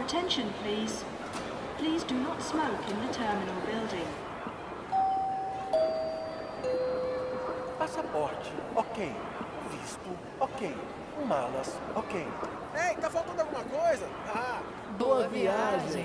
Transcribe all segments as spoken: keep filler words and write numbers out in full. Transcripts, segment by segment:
attention, please. Please do not smoke in the terminal building. Passaporte, ok. Visto, ok. Malas, ok. Ei, tá faltando alguma coisa? Ah, boa viagem.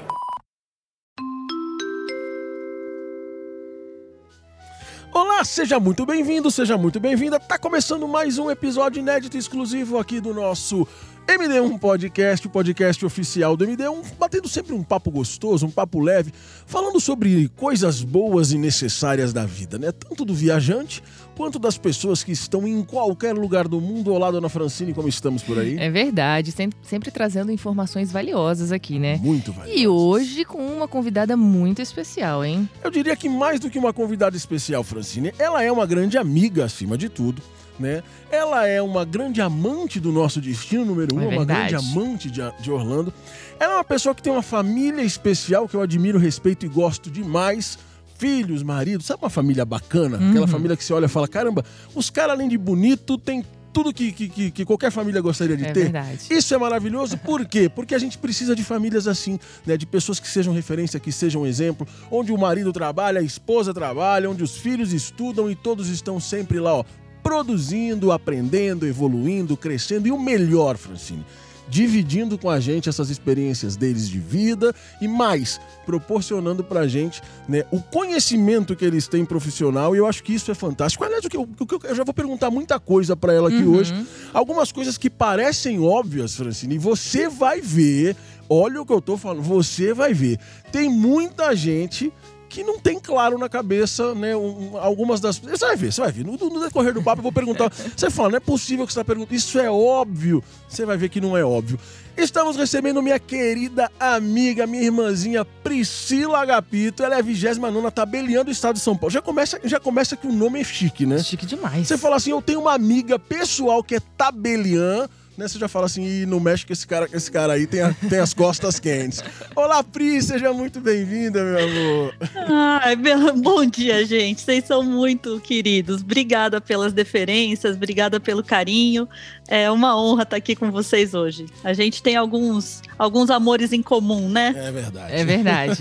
Olá, seja muito bem-vindo, seja muito bem-vinda. Tá começando mais um episódio inédito exclusivo aqui do nosso M D um Podcast, o podcast oficial do M D um, batendo sempre um papo gostoso, um papo leve, falando sobre coisas boas e necessárias da vida, né? Tanto do viajante, quanto das pessoas que estão em qualquer lugar do mundo. Olá, dona Francine, como estamos por aí? É verdade, sempre, sempre trazendo informações valiosas aqui, né? Muito valiosas. E hoje com uma convidada muito especial, hein? Eu diria que mais do que uma convidada especial, Francine, ela é uma grande amiga, acima de tudo, né? Ela é uma grande amante do nosso destino número um, é uma grande amante de, de Orlando. Ela é uma pessoa que tem uma família especial que eu admiro, respeito e gosto demais. Filhos, marido, sabe uma família bacana? Uhum. Aquela família que você olha e fala, caramba, os caras além de bonito, tem tudo que, que, que, que qualquer família gostaria de é ter. Verdade. Isso é maravilhoso, por quê? Porque a gente precisa de famílias assim, né? De pessoas que sejam referência, que sejam exemplo, onde o marido trabalha, a esposa trabalha, onde os filhos estudam e todos estão sempre lá, ó, produzindo, aprendendo, evoluindo, crescendo e o melhor, Francine, dividindo com a gente essas experiências deles de vida e mais, proporcionando pra gente, né, o conhecimento que eles têm profissional, e eu acho que isso é fantástico. Aliás, o que eu, o que eu, eu já vou perguntar muita coisa pra ela aqui uhum. hoje, algumas coisas que parecem óbvias, Francine, e você vai ver, olha o que eu tô falando, você vai ver, tem muita gente que não tem claro na cabeça, né, um, algumas das... Você vai ver, você vai ver. No, no decorrer do papo eu vou perguntar. Você fala, não é possível que você está perguntando. Isso é óbvio. Você vai ver que não é óbvio. Estamos recebendo minha querida amiga, minha irmãzinha Priscila Agapito. Ela é a vigésima nona tabeliã do estado de São Paulo. Já começa, já começa que o nome é chique, né? Chique demais. Você fala assim, eu tenho uma amiga pessoal que é tabeliã, né, você já fala assim, e no México esse cara, esse cara aí tem, a, tem as costas quentes. Olá, Pri, seja muito bem-vinda, meu amor. Ai, bom dia, gente. Vocês são muito queridos. Obrigada pelas deferências, obrigada pelo carinho. É uma honra estar aqui com vocês hoje. A gente tem alguns, alguns amores em comum, né? É verdade. É verdade.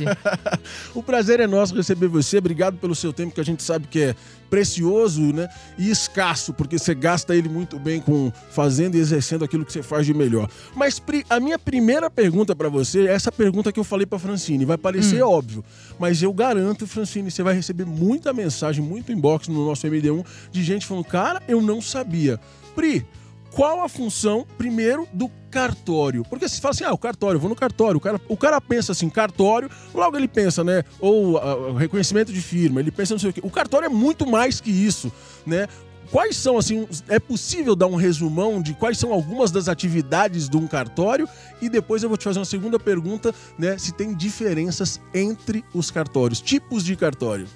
O prazer é nosso receber você. Obrigado pelo seu tempo, que a gente sabe que é precioso, né, e escasso, porque você gasta ele muito bem com fazendo e exercendo aquilo que você faz de melhor. Mas, Pri, a minha primeira pergunta pra você é essa pergunta que eu falei pra Francine. Vai parecer hum. óbvio, mas eu garanto, Francine, você vai receber muita mensagem, muito inbox no nosso M D um de gente falando, cara, eu não sabia. Pri, qual a função, primeiro, do cartório? Porque você fala assim, ah, o cartório, eu vou no cartório. O cara, o cara pensa assim, cartório, logo ele pensa, né? Ou uh, reconhecimento de firma, ele pensa não sei o quê. O cartório é muito mais que isso, né? Quais são, assim, é possível dar um resumão de quais são algumas das atividades de um cartório? E depois eu vou te fazer uma segunda pergunta, né? Se tem diferenças entre os cartórios, tipos de cartório.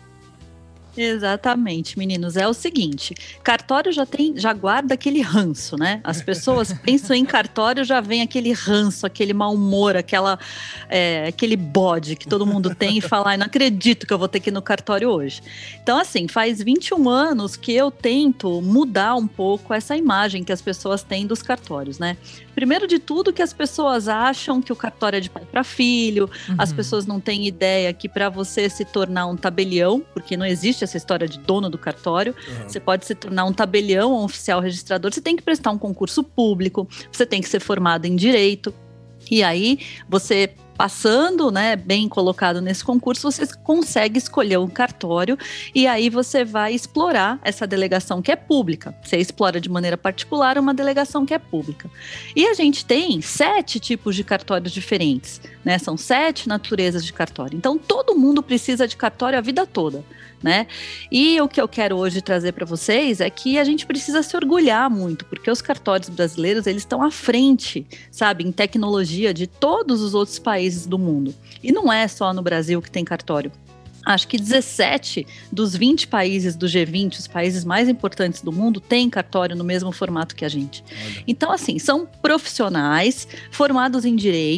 Exatamente, meninos. É o seguinte, cartório já tem, já guarda aquele ranço, né? As pessoas pensam em cartório, já vem aquele ranço, aquele mau humor, aquela, é, aquele bode que todo mundo tem e fala, ai, não acredito que eu vou ter que ir no cartório hoje. Então, assim, faz vinte e um anos que eu tento mudar um pouco essa imagem que as pessoas têm dos cartórios, né? Primeiro de tudo, que as pessoas acham que o cartório é de pai para filho, uhum. As pessoas não têm ideia que para você se tornar um tabelião, porque não existe essa história de dono do cartório, uhum. Você pode se tornar um tabelião ou um oficial registrador, você tem que prestar um concurso público, você tem que ser formado em direito, e aí você... Passando, né, bem colocado nesse concurso, você consegue escolher um cartório e aí você vai explorar essa delegação que é pública. Você explora de maneira particular uma delegação que é pública. E a gente tem sete tipos de cartórios diferentes, né? São sete naturezas de cartório. Então, todo mundo precisa de cartório a vida toda, né? E o que eu quero hoje trazer para vocês é que a gente precisa se orgulhar muito, porque os cartórios brasileiros, eles estão à frente, sabe, em tecnologia de todos os outros países do mundo. E não é só no Brasil que tem cartório. Acho que dezessete dos vinte países do G vinte, os países mais importantes do mundo, têm cartório no mesmo formato que a gente. Olha. Então, assim, são profissionais formados em direito,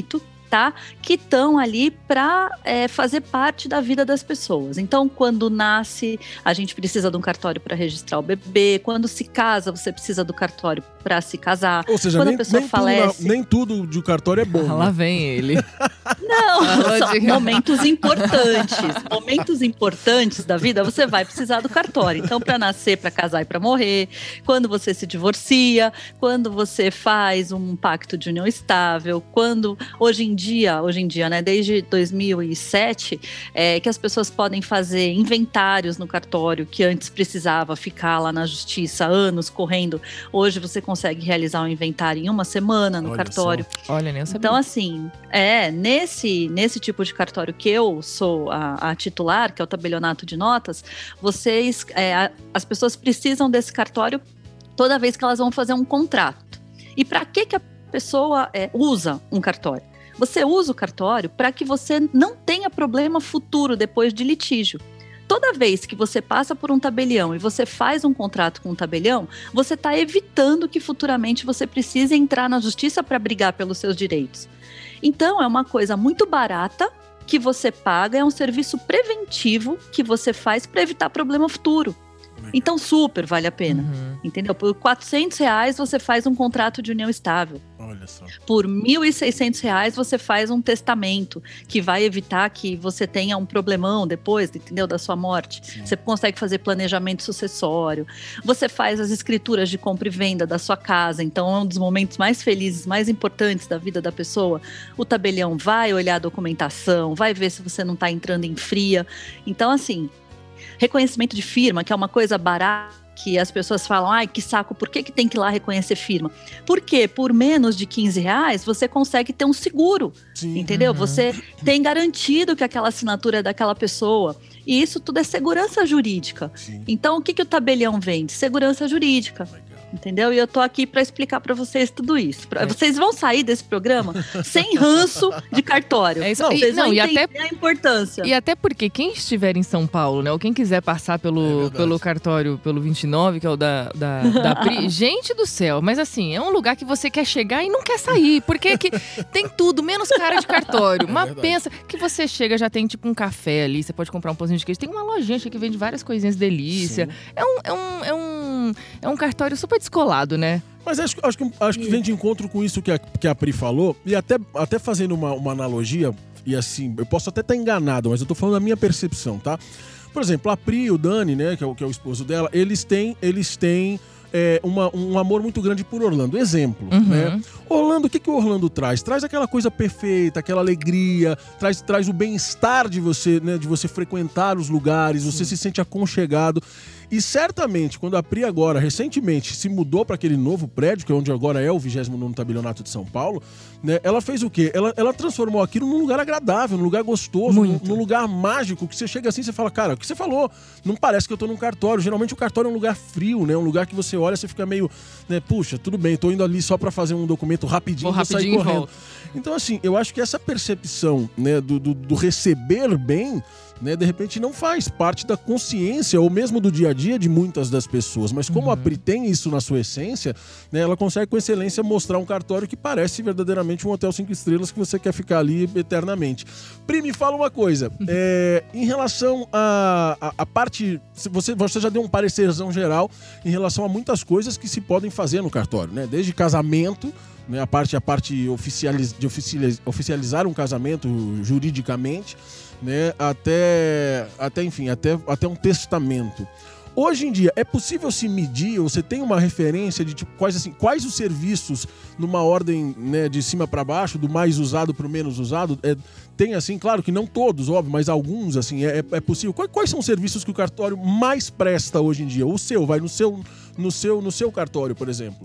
tá? Que estão ali para é, fazer parte da vida das pessoas. Então, quando nasce, a gente precisa de um cartório para registrar o bebê. Quando se casa, você precisa do cartório para se casar. Ou seja, quando nem, a pessoa nem, falece... tudo na, nem tudo de cartório é bom. Ah, lá né? vem ele. Não, Fala são de- momentos importantes. Momentos importantes da vida, você vai precisar do cartório. Então, para nascer, para casar e para morrer, quando você se divorcia, quando você faz um pacto de união estável, quando hoje em dia, hoje em dia, né, desde dois mil e sete, é, que as pessoas podem fazer inventários no cartório, que antes precisava ficar lá na justiça anos correndo. Hoje você consegue realizar um inventário em uma semana no Olha cartório. Olha, nem eu sabia. Então, assim, é, nesse, nesse tipo de cartório que eu sou a, a titular, que é o tabelionato de notas, vocês, é, a- as pessoas precisam desse cartório toda vez que elas vão fazer um contrato. E para que, que a pessoa é, usa um cartório? Você usa o cartório para que você não tenha problema futuro depois de litígio. Toda vez que você passa por um tabelião e você faz um contrato com um tabelião, você está evitando que futuramente você precise entrar na justiça para brigar pelos seus direitos. Então, é uma coisa muito barata que você paga, é um serviço preventivo que você faz para evitar problema futuro. Então, super vale a pena, Uhum. entendeu? Por quatrocentos reais você faz um contrato de união estável. Olha só. Por mil e seiscentos reais você faz um testamento que vai evitar que você tenha um problemão depois, entendeu? Da sua morte. Sim. Você consegue fazer planejamento sucessório. Você faz as escrituras de compra e venda da sua casa. Então é um dos momentos mais felizes, mais importantes da vida da pessoa. O tabelião vai olhar a documentação, vai ver se você não está entrando em fria. Então, assim, reconhecimento de firma, que é uma coisa barata, que as pessoas falam, ai, que saco, por que, que tem que ir lá reconhecer firma? Porque por menos de quinze reais você consegue ter um seguro, Sim. entendeu? Uhum. Você tem garantido que aquela assinatura é daquela pessoa. E isso tudo é segurança jurídica. Sim. Então, o que, que o tabelião vende? Segurança jurídica. Legal. Entendeu? E eu tô aqui para explicar para vocês tudo isso. É. Pra- Vocês vão sair desse programa sem ranço de cartório. É isso. Não, E- vocês vão não, e entender até- a importância. E até porque quem estiver em São Paulo, né? Ou quem quiser passar É pelo, verdade. pelo cartório, pelo vinte e nove, que é o da, da, da Pri, gente do céu, mas assim, é um lugar que você quer chegar e não quer sair, porque que tem tudo, menos cara de cartório. É Mas verdade. pensa que você chega, já tem tipo um café ali, você pode comprar um pãozinho de queijo, tem uma lojinha que vende várias coisinhas delícia. Sim. É um, é, um, é, um, é um cartório super descolado, né? Mas acho, acho, que, acho que vem de encontro com isso que a, que a Pri falou, e até, até fazendo uma, uma analogia, e assim, eu posso até estar enganado, mas eu tô falando da minha percepção, tá? Por exemplo, a Pri e o Dani, né, que é o, que é o esposo dela, eles têm, eles têm é, uma, um amor muito grande por Orlando. Exemplo, Uhum. né? Orlando, o que, que o Orlando traz? Traz aquela coisa perfeita, aquela alegria, traz, traz o bem-estar de você, né, de você frequentar os lugares, você se sente aconchegado. E certamente, quando a Pri agora, recentemente, se mudou para aquele novo prédio, que é onde agora é o vigésimo nono Tabelionato de São Paulo, né, ela fez o quê? Ela, ela transformou aquilo num lugar agradável, num lugar gostoso, num, Muito. num lugar mágico, que você chega assim e você fala, cara, o que você falou? Não parece que eu tô num cartório. Geralmente o cartório é um lugar frio, né? Um lugar que você olha, você fica meio, né, puxa, tudo bem, tô indo ali só para fazer um documento rapidinho, Vou vou sair rapidinho e correndo. volto. Então, assim, eu acho que essa percepção, né, do, do, do receber bem, né, de repente não faz parte da consciência ou mesmo do dia a dia de muitas das pessoas. Mas como a Pri tem isso na sua essência, né, ela consegue com excelência mostrar um cartório que parece verdadeiramente um hotel cinco estrelas que você quer ficar ali eternamente. Pri, me fala uma coisa. É, em relação à a, a, a parte... Você, você já deu um parecerzão geral em relação a muitas coisas que se podem fazer no cartório, né? Desde casamento, né, a parte, a parte oficializ, de oficializ, oficializar um casamento juridicamente, né, até, até, enfim, até, até um testamento. Hoje em dia, é possível se medir, ou você tem uma referência de tipo, quais, assim, quais os serviços, numa ordem, né, de cima para baixo, do mais usado para o menos usado? É, tem assim, claro que não todos, óbvio, mas alguns, assim, é, é possível. Quais, quais são os serviços que o cartório mais presta hoje em dia? O seu, vai no seu, no seu, no seu cartório, por exemplo.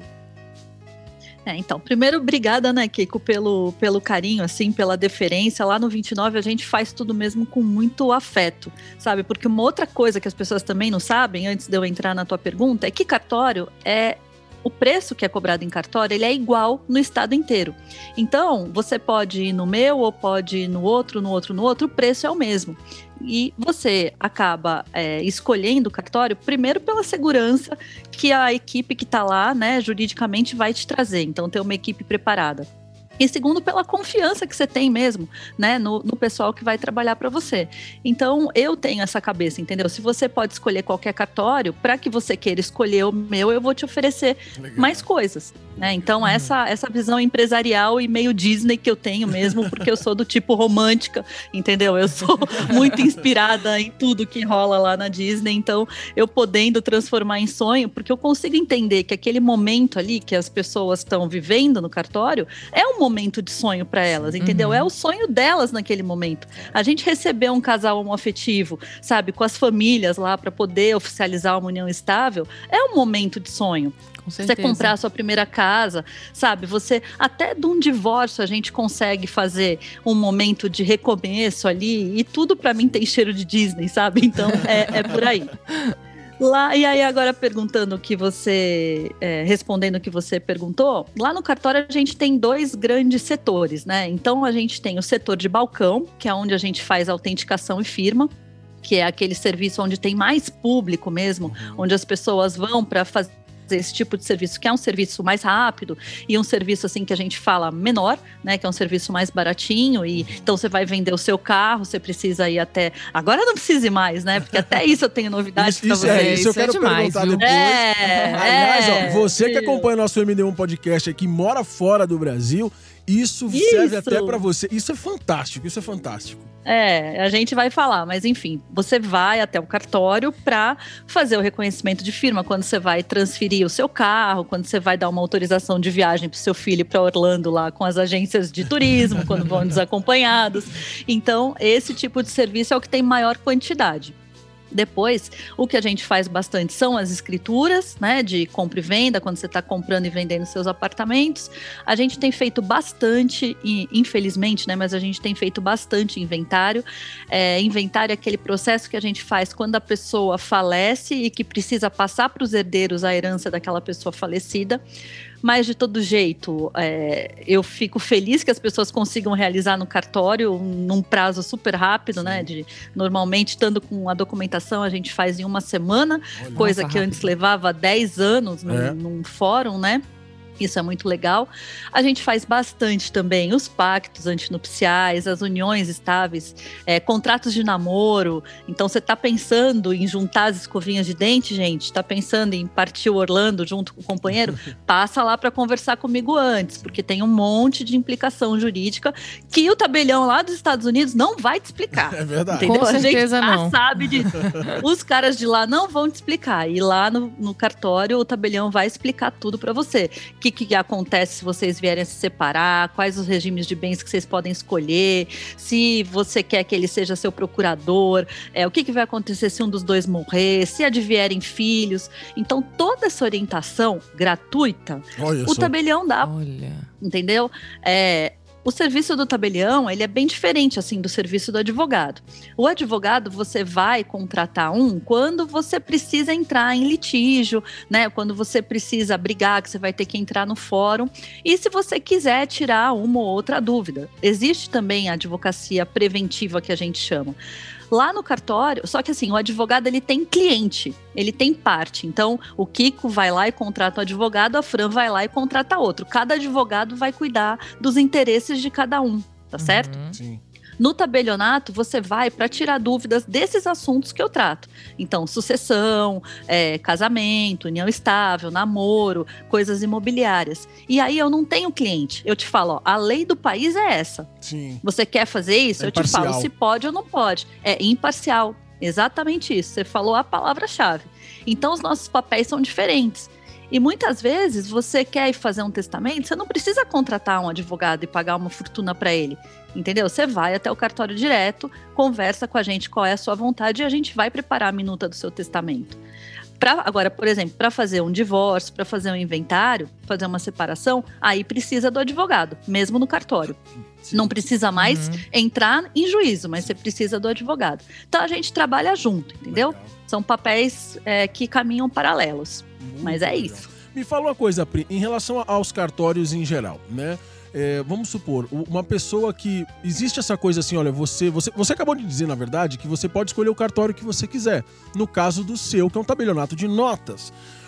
É, então, primeiro, obrigada, né, Kiko, pelo, pelo carinho, assim, pela deferência. Lá no vinte e nove a gente faz tudo mesmo com muito afeto, sabe? Porque uma outra coisa que as pessoas também não sabem, antes de eu entrar na tua pergunta, é que cartório é... O preço que é cobrado em cartório, ele é igual no estado inteiro. Então, você pode ir no meu, ou pode ir no outro, no outro, no outro, o preço é o mesmo. E você acaba é, escolhendo o cartório, primeiro pela segurança que a equipe que está lá, né, juridicamente vai te trazer. Então, ter uma equipe preparada. E segundo, pela confiança que você tem mesmo, né, no, no pessoal que vai trabalhar para você. Então, eu tenho essa cabeça, entendeu? Se você pode escolher qualquer cartório, para que você queira escolher o meu, eu vou te oferecer Legal. mais coisas, né? Então, uhum. essa, essa visão empresarial e meio Disney que eu tenho mesmo, porque eu sou do tipo romântica, entendeu? Eu sou muito inspirada em tudo que rola lá na Disney, então, eu podendo transformar em sonho, porque eu consigo entender que aquele momento ali que as pessoas estão vivendo no cartório é um momento de sonho para elas, entendeu? Uhum. É o sonho delas naquele momento. A gente recebeu um casal homoafetivo, sabe, com as famílias lá para poder oficializar uma união estável, é um momento de sonho. Você comprar a sua primeira casa, sabe? Você, até de um divórcio, a gente consegue fazer um momento de recomeço ali, e tudo para mim tem cheiro de Disney, sabe? Então, é, é por aí. Lá, e aí agora perguntando o que você, é, respondendo o que você perguntou, lá no cartório a gente tem dois grandes setores, né? Então a gente tem o setor de balcão, que é onde a gente faz autenticação e firma, que é aquele serviço onde tem mais público mesmo, onde as pessoas vão para fazer esse tipo de serviço, que é um serviço mais rápido e um serviço assim que a gente fala menor, né, que é um serviço mais baratinho, e então você vai vender o seu carro, você precisa ir até, agora não precisa ir mais, né, porque até isso eu tenho novidade para você. É, isso eu quero é demais, perguntar viu? depois. É, Aliás, é, ó, você que acompanha o nosso M D um Podcast aqui, mora fora do Brasil, isso, isso serve até para você. Isso é fantástico, isso é fantástico. É, a gente vai falar, mas enfim, você vai até o cartório para fazer o reconhecimento de firma, quando você vai transferir o seu carro, quando você vai dar uma autorização de viagem para o seu filho para Orlando lá com as agências de turismo, quando vão desacompanhados. Então, esse tipo de serviço é o que tem maior quantidade. Depois, o que a gente faz bastante são as escrituras, né, de compra e venda, quando você está comprando e vendendo seus apartamentos. A gente tem feito bastante, e, infelizmente, né, mas a gente tem feito bastante inventário. É, inventário é aquele processo que a gente faz quando a pessoa falece e que precisa passar para os herdeiros a herança daquela pessoa falecida. Mas, de todo jeito, é, eu fico feliz que as pessoas consigam realizar no cartório num prazo super rápido, Sim. né? De, normalmente, estando com a documentação, a gente faz em uma semana, Olha, coisa que rápido. antes levava dez anos num, é. num fórum, né? Isso é muito legal. A gente faz bastante também os pactos antinupciais, as uniões estáveis, é, contratos de namoro. Então, você está pensando em juntar as escovinhas de dente, gente? Está pensando em partir o Orlando junto com o companheiro? Passa lá para conversar comigo antes, porque tem um monte de implicação jurídica que o tabelião lá dos Estados Unidos não vai te explicar. É verdade. Entendeu? Com certeza a gente já não. sabe disso. Os caras de lá não vão te explicar. E lá no, no cartório, o tabelião vai explicar tudo para você. O que, que acontece se vocês vierem a se separar, quais os regimes de bens que vocês podem escolher, se você quer que ele seja seu procurador, é, o que, que vai acontecer se um dos dois morrer, se advierem filhos. Então, toda essa orientação gratuita, Olha o só. tabelião dá. Olha. Entendeu? É... O serviço do tabelião, ele é bem diferente, assim, do serviço do advogado. O advogado, você vai contratar um quando você precisa entrar em litígio, né? Quando você precisa brigar, que você vai ter que entrar no fórum. E se você quiser tirar uma ou outra dúvida. Existe também a advocacia preventiva, que a gente chama. Lá no cartório, só que assim, o advogado ele tem cliente, ele tem parte. Então, o Kiko vai lá e contrata o advogado, a Fran vai lá e contrata outro. Cada advogado vai cuidar dos interesses de cada um, tá certo? Uhum. Sim. No tabelionato, você vai para tirar dúvidas desses assuntos que eu trato. Então, sucessão, é, casamento, união estável, namoro, coisas imobiliárias. E aí eu não tenho cliente. Eu te falo, ó, a lei do país é essa. Sim. Você quer fazer isso? É eu te imparcial. falo se pode ou não pode. É imparcial. Exatamente isso. Você falou a palavra-chave. Então, os nossos papéis são diferentes. E muitas vezes você quer ir fazer um testamento, você não precisa contratar um advogado e pagar uma fortuna para ele, entendeu? Você vai até o cartório direto, conversa com a gente qual é a sua vontade e a gente vai preparar a minuta do seu testamento. Pra, agora, por exemplo, para fazer um divórcio, para fazer um inventário, fazer uma separação, aí precisa do advogado, mesmo no cartório. Sim. Não precisa mais uhum. entrar em juízo, mas você precisa do advogado. Então a gente trabalha junto, entendeu? Legal. São papéis é, que caminham paralelos. Muito mas é legal. Isso. Me fala uma coisa, Pri, em relação aos cartórios em geral, né? É, vamos supor, uma pessoa que... Existe essa coisa assim, olha, você, você, você acabou de dizer, na verdade, que você pode escolher o cartório que você quiser. No caso do seu, que é um tabelionato de notas.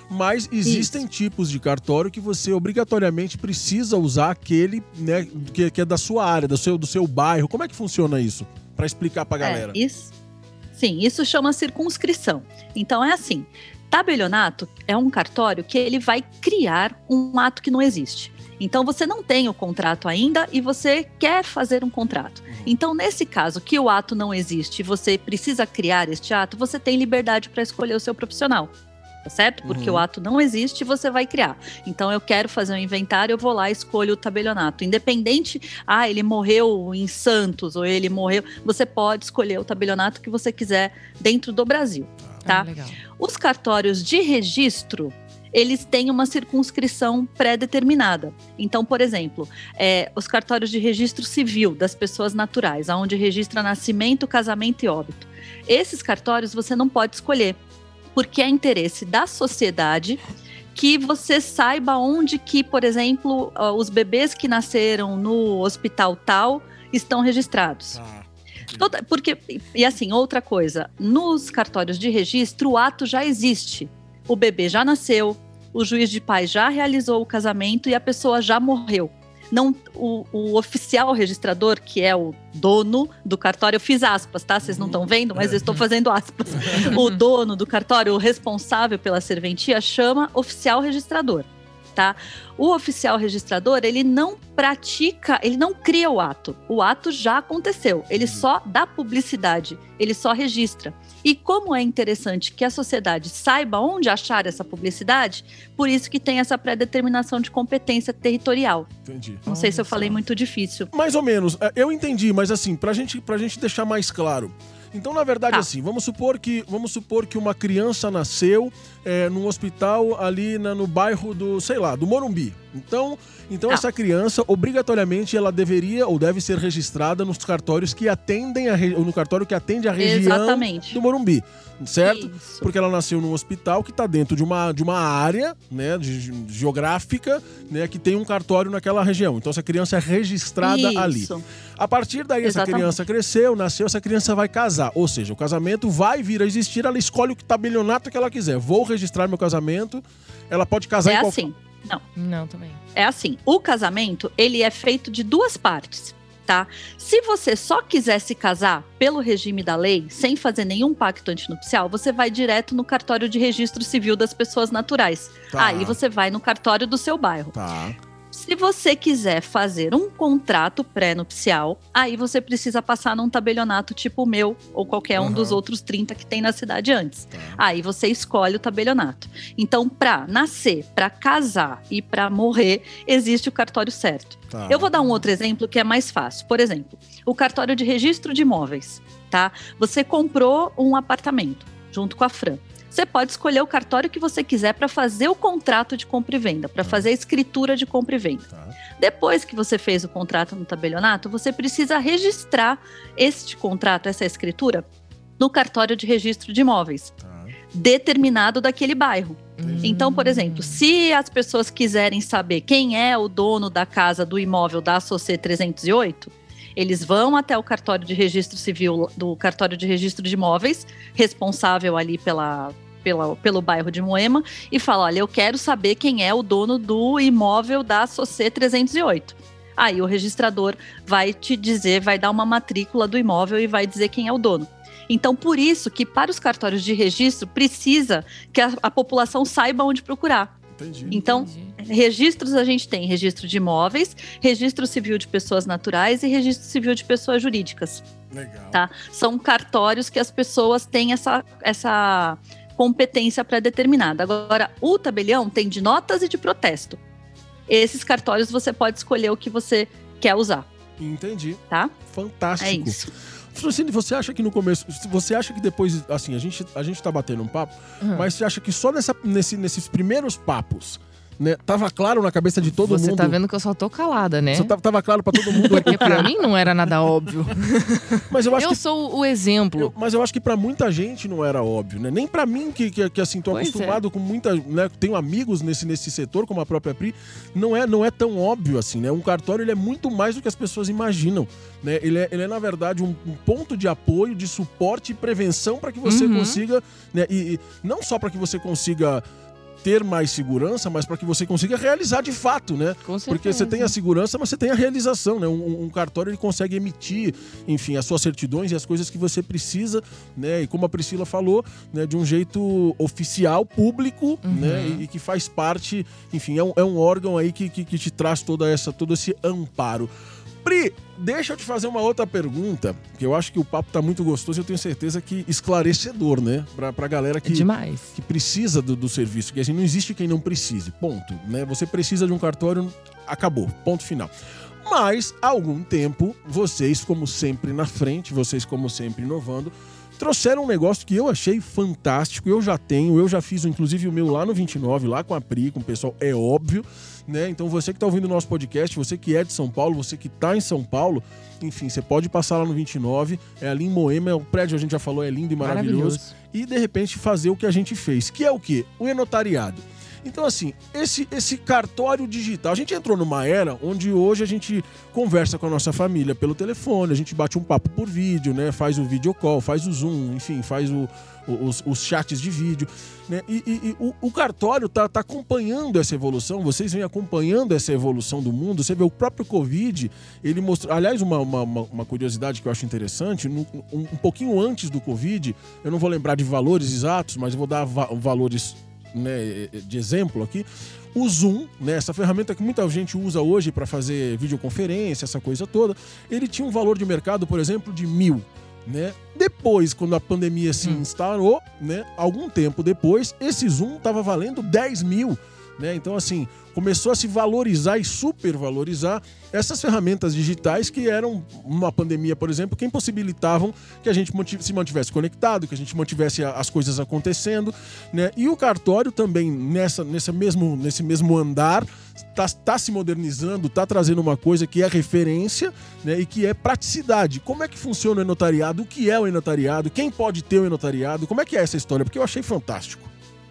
Mas existem Isso. tipos de cartório que você obrigatoriamente precisa usar aquele, né, que, que é da sua área, do seu, do seu bairro. Como é que funciona isso? Para explicar pra galera. É, isso, sim, isso chama circunscrição. Então é assim, tabelionato é um cartório que ele vai criar um ato que não existe. Então você não tem o contrato ainda e você quer fazer um contrato. Então nesse caso que o ato não existe e você precisa criar este ato, você tem liberdade para escolher o seu profissional. Tá certo? Porque Uhum. o ato não existe e você vai criar. Então eu quero fazer um inventário, eu vou lá e escolho o tabelionato. Independente, ah, ele morreu em Santos ou ele morreu, você pode escolher o tabelionato que você quiser dentro do Brasil, tá? Ah, legal. Os cartórios de registro, eles têm uma circunscrição pré-determinada. Então, por exemplo, é, os cartórios de registro civil das pessoas naturais, onde registra nascimento, casamento e óbito. Esses cartórios você não pode escolher, porque é interesse da sociedade que você saiba onde que, por exemplo, os bebês que nasceram no hospital tal estão registrados. Ah, Toda, porque, e assim, outra coisa, nos cartórios de registro, o ato já existe. O bebê já nasceu, o juiz de paz já realizou o casamento e a pessoa já morreu. Não, o, o oficial registrador, que é o dono do cartório, eu fiz aspas, tá? Vocês não estão vendo, mas eu estou fazendo aspas. O dono do cartório, o responsável pela serventia, chama oficial registrador, tá? O oficial registrador, ele não pratica, ele não cria o ato. O ato já aconteceu, ele só dá publicidade, ele só registra. E como é interessante que a sociedade saiba onde achar essa publicidade, por isso que tem essa pré-determinação de competência territorial. entendi. Não sei se eu Olha falei só. muito difícil. Mais ou menos, é, eu entendi, mas assim, pra gente, pra gente deixar mais claro. Então, na verdade, Tá. assim, vamos supor que, vamos supor que uma criança nasceu é, num hospital ali na- no bairro do, sei lá, do Morumbi. Então, então Tá. essa criança, obrigatoriamente, ela deveria ou deve ser registrada nos cartórios que atendem, a re- ou no cartório que atende a região Exatamente. do Morumbi, certo? Isso. Porque ela nasceu num hospital que está dentro de uma, de uma área, né, de- geográfica, né, que tem um cartório naquela região. Então essa criança é registrada ali. Isso. A partir daí essa Exatamente. criança cresceu, nasceu, essa criança vai casar. Ou seja, o casamento vai vir a existir, ela escolhe o tabelionato que ela quiser. Vou registrar meu casamento, ela pode casar É em qualquer... assim. Não. Não, também. É assim, o casamento, ele é feito de duas partes, tá? Se você só quiser se casar pelo regime da lei, sem fazer nenhum pacto antinupcial, você vai direto no cartório de registro civil das pessoas naturais. Tá. Aí você vai no cartório do seu bairro. Tá. Se você quiser fazer um contrato pré-nupcial, aí você precisa passar num tabelionato tipo o meu, ou qualquer um Aham. dos outros trinta que tem na cidade antes. Tá. Aí você escolhe o tabelionato. Então, para nascer, para casar e para morrer, existe o cartório certo. Tá. Eu vou dar um outro exemplo que é mais fácil. Por exemplo, o cartório de registro de imóveis, tá? Você comprou um apartamento junto com a Fran. Você pode escolher o cartório que você quiser para fazer o contrato de compra e venda, para fazer a escritura de compra e venda. Tá. Depois que você fez o contrato no tabelionato, você precisa registrar este contrato, essa escritura, no cartório de registro de imóveis, Tá. determinado daquele bairro. Então, por Hum. exemplo, se as pessoas quiserem saber quem é o dono da casa do imóvel da Assocê trezentos e oito, eles vão até o cartório de registro civil do cartório de registro de imóveis, responsável ali pela, pela, pelo bairro de Moema, e falam: olha, eu quero saber quem é o dono do imóvel da Assocê trezentos e oito. Aí o registrador vai te dizer, vai dar uma matrícula do imóvel e vai dizer quem é o dono. Então, por isso que para os cartórios de registro, precisa que a, a população saiba onde procurar. Entendi. Então, Entendi. registros a gente tem registro de imóveis, registro civil de pessoas naturais e registro civil de pessoas jurídicas, Legal. tá? São cartórios que as pessoas têm essa, essa competência pré-determinada. Agora, o tabelião tem de notas e de protesto. Esses cartórios você pode escolher o que você quer usar, Entendi. tá? Fantástico. É isso. Francine, você acha que no começo, você acha que depois, assim, a gente, a gente tá batendo um papo, Uhum. mas você acha que só nessa, nesse, nesses primeiros papos, né, tava claro na cabeça de todo Você mundo? tá vendo que eu só tô calada, né? Você tava, tava claro pra todo mundo. Porque pra mim não era nada óbvio. Mas eu acho Eu que sou o exemplo. Eu- mas eu acho que pra muita gente não era óbvio, né? Nem pra mim, que, que, que, assim, tô Pois acostumado com muita, né? Tenho amigos nesse, nesse setor, como a própria Pri, não é, não é tão óbvio assim, né? Um cartório, ele é muito mais do que as pessoas imaginam, né? Ele é, ele é na verdade, um, um ponto de apoio, de suporte e prevenção para que você Uhum. consiga, né? E, e não só para que você consiga ter mais segurança, mas para que você consiga realizar de fato, né? Com certeza. Porque você tem a segurança, mas você tem a realização, né? Um, um cartório ele consegue emitir, enfim, as suas certidões e as coisas que você precisa, né? E como a Priscila falou, né? De um jeito oficial, público, uhum. né? E, e que faz parte, enfim, é um, é um órgão aí que, que, que te traz toda essa, todo esse amparo. Pri, deixa eu te fazer uma outra pergunta, que eu acho que o papo tá muito gostoso e eu tenho certeza que esclarecedor, né? Pra, pra galera que, Demais. que precisa do, do serviço, que assim, não existe quem não precise, ponto, né? Você precisa de um cartório, acabou, ponto final. Mas, há algum tempo, vocês, como sempre na frente, vocês, como sempre inovando, trouxeram um negócio que eu achei fantástico, eu já tenho, eu já fiz inclusive o meu lá no vinte e nove, lá com a Pri, com o pessoal, é óbvio, né? Então você que tá ouvindo o nosso podcast, você que é de São Paulo, você que tá em São Paulo, enfim, você pode passar lá no vinte e nove, é ali em Moema, o prédio a gente já falou, é lindo e maravilhoso, maravilhoso. E de repente fazer o que a gente fez, que é o quê? O e-notariado. Então, assim, esse, esse cartório digital, a gente entrou numa era onde hoje a gente conversa com a nossa família pelo telefone, a gente bate um papo por vídeo, né? Faz o video call, faz o Zoom, enfim, faz o, os, os chats de vídeo, né? E, e, e o, o cartório tá, tá acompanhando essa evolução, vocês vêm acompanhando essa evolução do mundo, você vê o próprio Covid, ele mostrou, aliás, uma, uma, uma curiosidade que eu acho interessante, no, um, um pouquinho antes do Covid, eu não vou lembrar de valores exatos, mas eu vou dar va- valores... Né, de exemplo aqui, o Zoom, né, essa ferramenta que muita gente usa hoje para fazer videoconferência, essa coisa toda, ele tinha um valor de mercado, por exemplo, de mil. Né? Depois, quando a pandemia se hum. instalou, né, algum tempo depois, esse Zoom estava valendo dez mil. Né? Então, assim, começou a se valorizar e supervalorizar essas ferramentas digitais que eram, uma pandemia, por exemplo, que impossibilitavam que a gente se mantivesse conectado, que a gente mantivesse as coisas acontecendo, né? E o cartório também, nessa, nesse, mesmo, nesse mesmo andar, está tá se modernizando, está trazendo uma coisa que é referência, né? E que é praticidade. Como é que funciona o e-notariado? O que é o e-notariado? Quem pode ter o e-notariado? Como é que é essa história? Porque eu achei fantástico.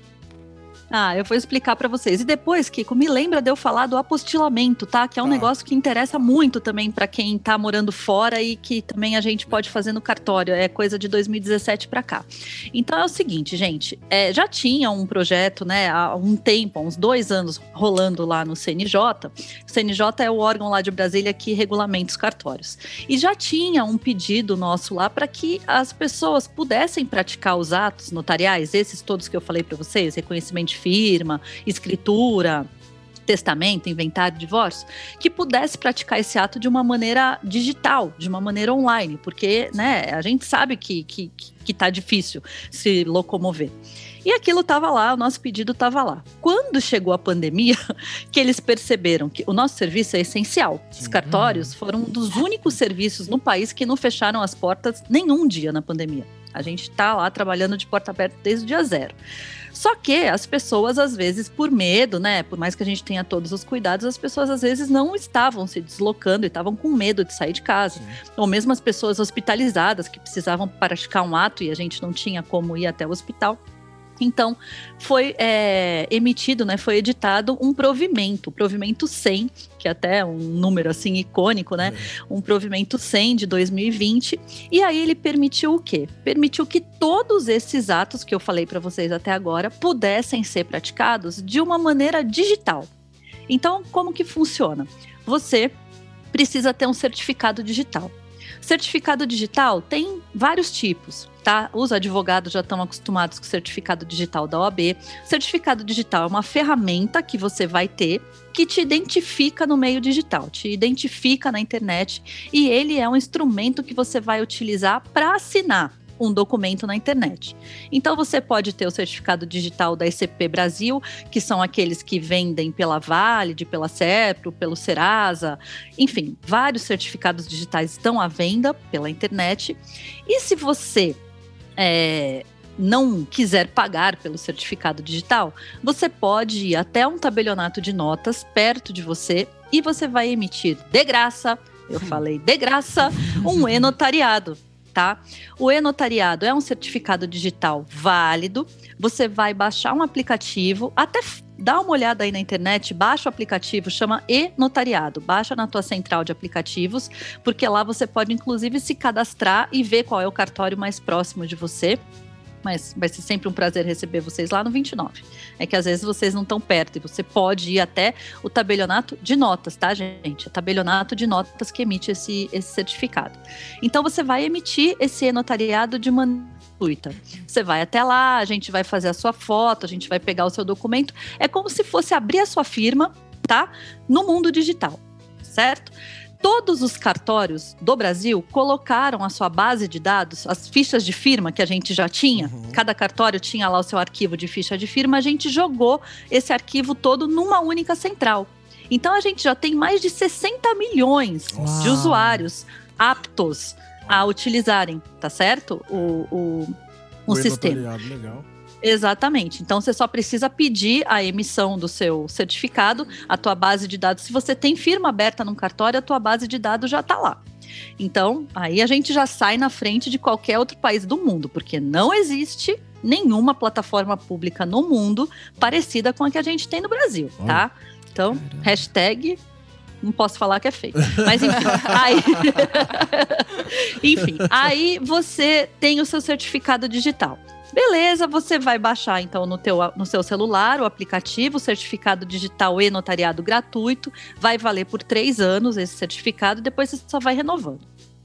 Ah, eu vou explicar para vocês. E depois, Kiko, me lembra de eu falar do apostilamento, tá? Que é um ah. negócio que interessa muito também para quem tá morando fora e que também a gente pode fazer no cartório. É coisa de dois mil e dezessete para cá. Então é o seguinte, gente. É, já tinha um projeto, né, há um tempo, há uns dois anos, rolando lá no C N J. O C N J é o órgão lá de Brasília que regulamenta os cartórios. E já tinha um pedido nosso lá para que as pessoas pudessem praticar os atos notariais, esses todos que eu falei para vocês, reconhecimento de firma, escritura, testamento, inventário, divórcio, que pudesse praticar esse ato de uma maneira digital, de uma maneira online, porque, né, a gente sabe que, que, que tá difícil se locomover. E aquilo estava lá, o nosso pedido estava lá. Quando chegou a pandemia, que eles perceberam que o nosso serviço é essencial. Os cartórios foram um dos únicos serviços no país que não fecharam as portas nenhum dia na pandemia. A gente está lá trabalhando de porta aberta desde o dia zero. Só que as pessoas, às vezes, por medo, né? Por mais que a gente tenha todos os cuidados, as pessoas, às vezes, não estavam se deslocando e estavam com medo de sair de casa. Sim. Ou mesmo as pessoas hospitalizadas que precisavam praticar um ato e a gente não tinha como ir até o hospital. Então, foi é, emitido, né, foi editado um provimento, o provimento cem, que é até um número assim icônico, né? É. Um provimento cem de dois mil e vinte. E aí ele permitiu o quê? Permitiu que todos esses atos que eu falei para vocês até agora pudessem ser praticados de uma maneira digital. Então, como que funciona? Você precisa ter um certificado digital. Certificado digital tem vários tipos, tá? Os advogados já estão acostumados com o certificado digital da O A B. Certificado digital é uma ferramenta que você vai ter que te identifica no meio digital, te identifica na internet e ele é um instrumento que você vai utilizar para assinar um documento na internet. Então você pode ter o certificado digital da E C P Brasil, que são aqueles que vendem pela Valid, pela Serpro, pelo Serasa, enfim, vários certificados digitais estão à venda pela internet. E se você é, não quiser pagar pelo certificado digital, você pode ir até um tabelionato de notas perto de você e você vai emitir de graça, eu falei de graça, um e-notariado. Tá? O e-notariado é um certificado digital válido, você vai baixar um aplicativo, até dá uma olhada aí na internet, baixa o aplicativo, chama e-notariado, baixa na tua central de aplicativos, porque lá você pode inclusive se cadastrar e ver qual é o cartório mais próximo de você. mas vai ser sempre um prazer receber vocês lá no vinte e nove. É que às vezes vocês não estão perto e você pode ir até o tabelionato de notas, tá, gente? É tabelionato de notas que emite esse, esse certificado. Então você vai emitir esse e-notariado de maneira gratuita. Você vai até lá, a gente vai fazer a sua foto, a gente vai pegar o seu documento. É como se fosse abrir a sua firma, tá? No mundo digital, certo? Todos os cartórios do Brasil colocaram a sua base de dados, as fichas de firma que a gente já tinha, uhum. Cada cartório tinha lá o seu arquivo de ficha de firma, a gente jogou esse arquivo todo numa única central. Então a gente já tem mais de sessenta milhões Uau. De usuários aptos a utilizarem, tá certo? O, o, o, o sistema. Legal. Exatamente. Então, você só precisa pedir a emissão do seu certificado, a tua base de dados. Se você tem firma aberta num cartório, a tua base de dados já está lá. Então, aí a gente já sai na frente de qualquer outro país do mundo, porque não existe nenhuma plataforma pública no mundo parecida com a que a gente tem no Brasil, tá? Então, Caramba. Hashtag... Não posso falar que é feio. Mas enfim, aí... enfim, aí você tem o seu certificado digital. Beleza, você vai baixar então no, teu, no seu celular o aplicativo, o certificado digital e-notariado gratuito. Vai valer por três anos esse certificado, depois você só vai renovando.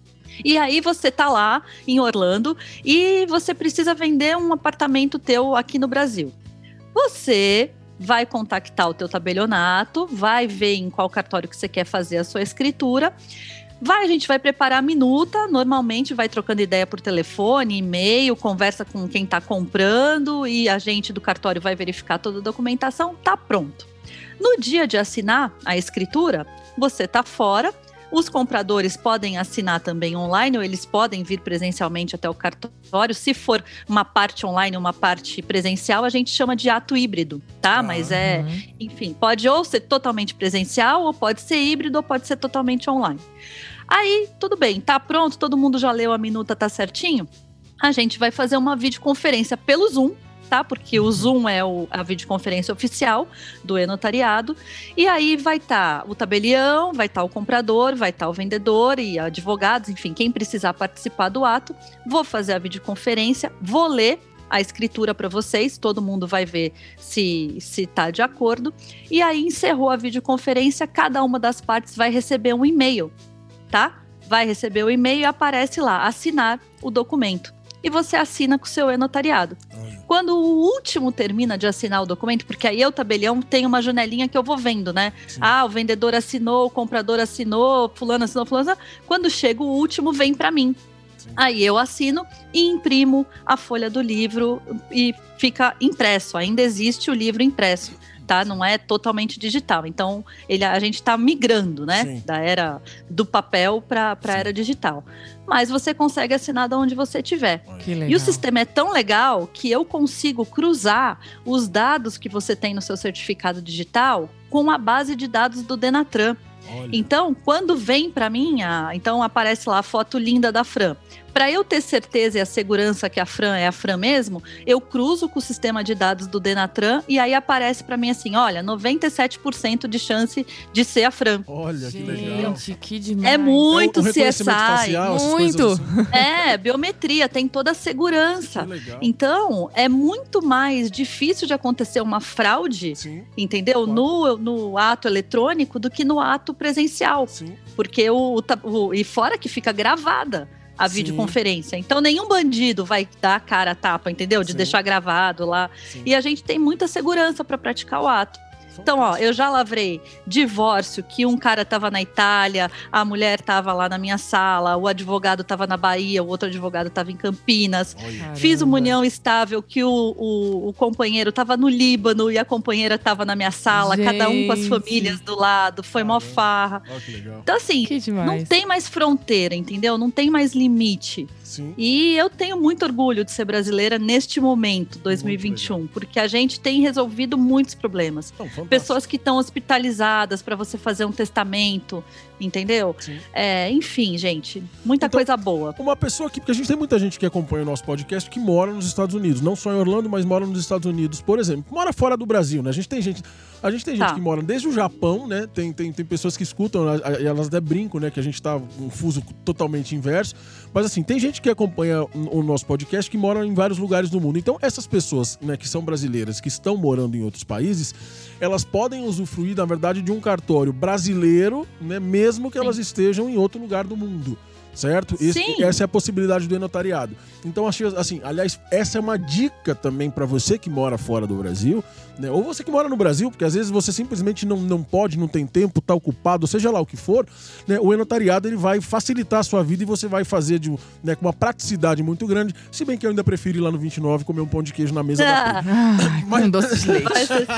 E aí você tá lá em Orlando e você precisa vender um apartamento teu aqui no Brasil. Você... vai contactar o teu tabelionato, vai ver em qual cartório que você quer fazer a sua escritura. Vai, a gente vai preparar a minuta, normalmente vai trocando ideia por telefone, e-mail, conversa com quem está comprando e a gente do cartório vai verificar toda a documentação, tá pronto. No dia de assinar a escritura, você tá fora. Os compradores podem assinar também online ou eles podem vir presencialmente até o cartório. Se for uma parte online, uma parte presencial, a gente chama de ato híbrido, tá? Ah, Mas é, uhum. enfim, pode ou ser totalmente presencial, ou pode ser híbrido, ou pode ser totalmente online. Aí, tudo bem, tá pronto, todo mundo já leu a minuta, tá certinho? A gente vai fazer uma videoconferência pelo Zoom, tá? Porque o Zoom é o, a videoconferência oficial do e-notariado. E aí vai estar tá o tabelião, vai estar tá o comprador, vai estar tá o vendedor e advogados, enfim, quem precisar participar do ato. Vou fazer a videoconferência, vou ler a escritura para vocês, todo mundo vai ver se se tá de acordo. E aí encerrou a videoconferência, cada uma das partes vai receber um e-mail, tá? Vai receber o e-mail e aparece lá, assinar o documento. E você assina com o seu e-notariado. Quando o último termina de assinar o documento, porque aí eu, tabelião, tem uma janelinha que eu vou vendo, né? Sim. Ah, o vendedor assinou, o comprador assinou, fulano assinou, fulano assinou. Quando chega o último, vem para mim. Sim. Aí eu assino e imprimo a folha do livro e fica impresso. Ainda existe o livro impresso, tá? Não é totalmente digital. Então, ele, a gente está migrando, né? Sim. Da era do papel para a era digital. Mas você consegue assinar de onde você estiver. E o sistema é tão legal que eu consigo cruzar os dados que você tem no seu certificado digital com a base de dados do Denatran. Olha. Então, quando vem para mim, a, então aparece lá a foto linda da Fran. Para eu ter certeza e a segurança que a Fran é a Fran mesmo, eu cruzo com o sistema de dados do Denatran e aí aparece para mim assim, olha, noventa e sete por cento de chance de ser a Fran. Olha, que legal. Gente, que demais. É muito é o C S I. Facial, muito. Assim. É, biometria, tem toda a segurança. Então, é muito mais difícil de acontecer uma fraude, Sim, entendeu? Claro. No, no ato eletrônico do que no ato presencial. Sim. Porque o, o... E fora que fica gravada a Sim. videoconferência. Então, nenhum bandido vai dar a cara a tapa, entendeu? De Sim. deixar gravado lá. Sim. E a gente tem muita segurança para praticar o ato. Então, ó, eu já lavrei divórcio, que um cara tava na Itália, a mulher tava lá na minha sala, o advogado tava na Bahia, o outro advogado tava em Campinas. Oi, Fiz uma união estável que o, o, o companheiro tava no Líbano e a companheira tava na minha sala, Gente. cada um com as famílias do lado, foi mó farra. Oh, que legal. Então, assim, não tem mais fronteira, entendeu? Não tem mais limite. Sim. E eu tenho muito orgulho de ser brasileira neste momento, dois mil e vinte e um, porque a gente tem resolvido muitos problemas. Então, pessoas que estão hospitalizadas para você fazer um testamento, entendeu? É, enfim, gente, muita então, coisa boa. Uma pessoa que, porque a gente tem muita gente que acompanha o nosso podcast que mora nos Estados Unidos, não só em Orlando, mas mora nos Estados Unidos, por exemplo, mora fora do Brasil, né? A gente tem gente, a gente tem gente tá. que mora desde o Japão, né? Tem, tem, tem pessoas que escutam, e elas até brincam, né? Que a gente tá um fuso totalmente inverso, mas assim, tem gente que acompanha o nosso podcast que mora em vários lugares do mundo. Então, essas pessoas, né, que são brasileiras, que estão morando em outros países, elas podem usufruir, na verdade, de um cartório brasileiro, né, mesmo que Sim. elas estejam em outro lugar do mundo. Certo? Esse, essa é a possibilidade do e-notariado. Então, assim, aliás, essa é uma dica também para você que mora fora do Brasil, né? Ou você que mora no Brasil, porque às vezes você simplesmente não, não pode, não tem tempo, tá ocupado, seja lá o que for, né? O e-notariado ele vai facilitar a sua vida e você vai fazer de, né, com uma praticidade muito grande, se bem que eu ainda prefiro ir lá no vinte e nove comer um pão de queijo na mesa ah. da ah, mas... Com doce de leite.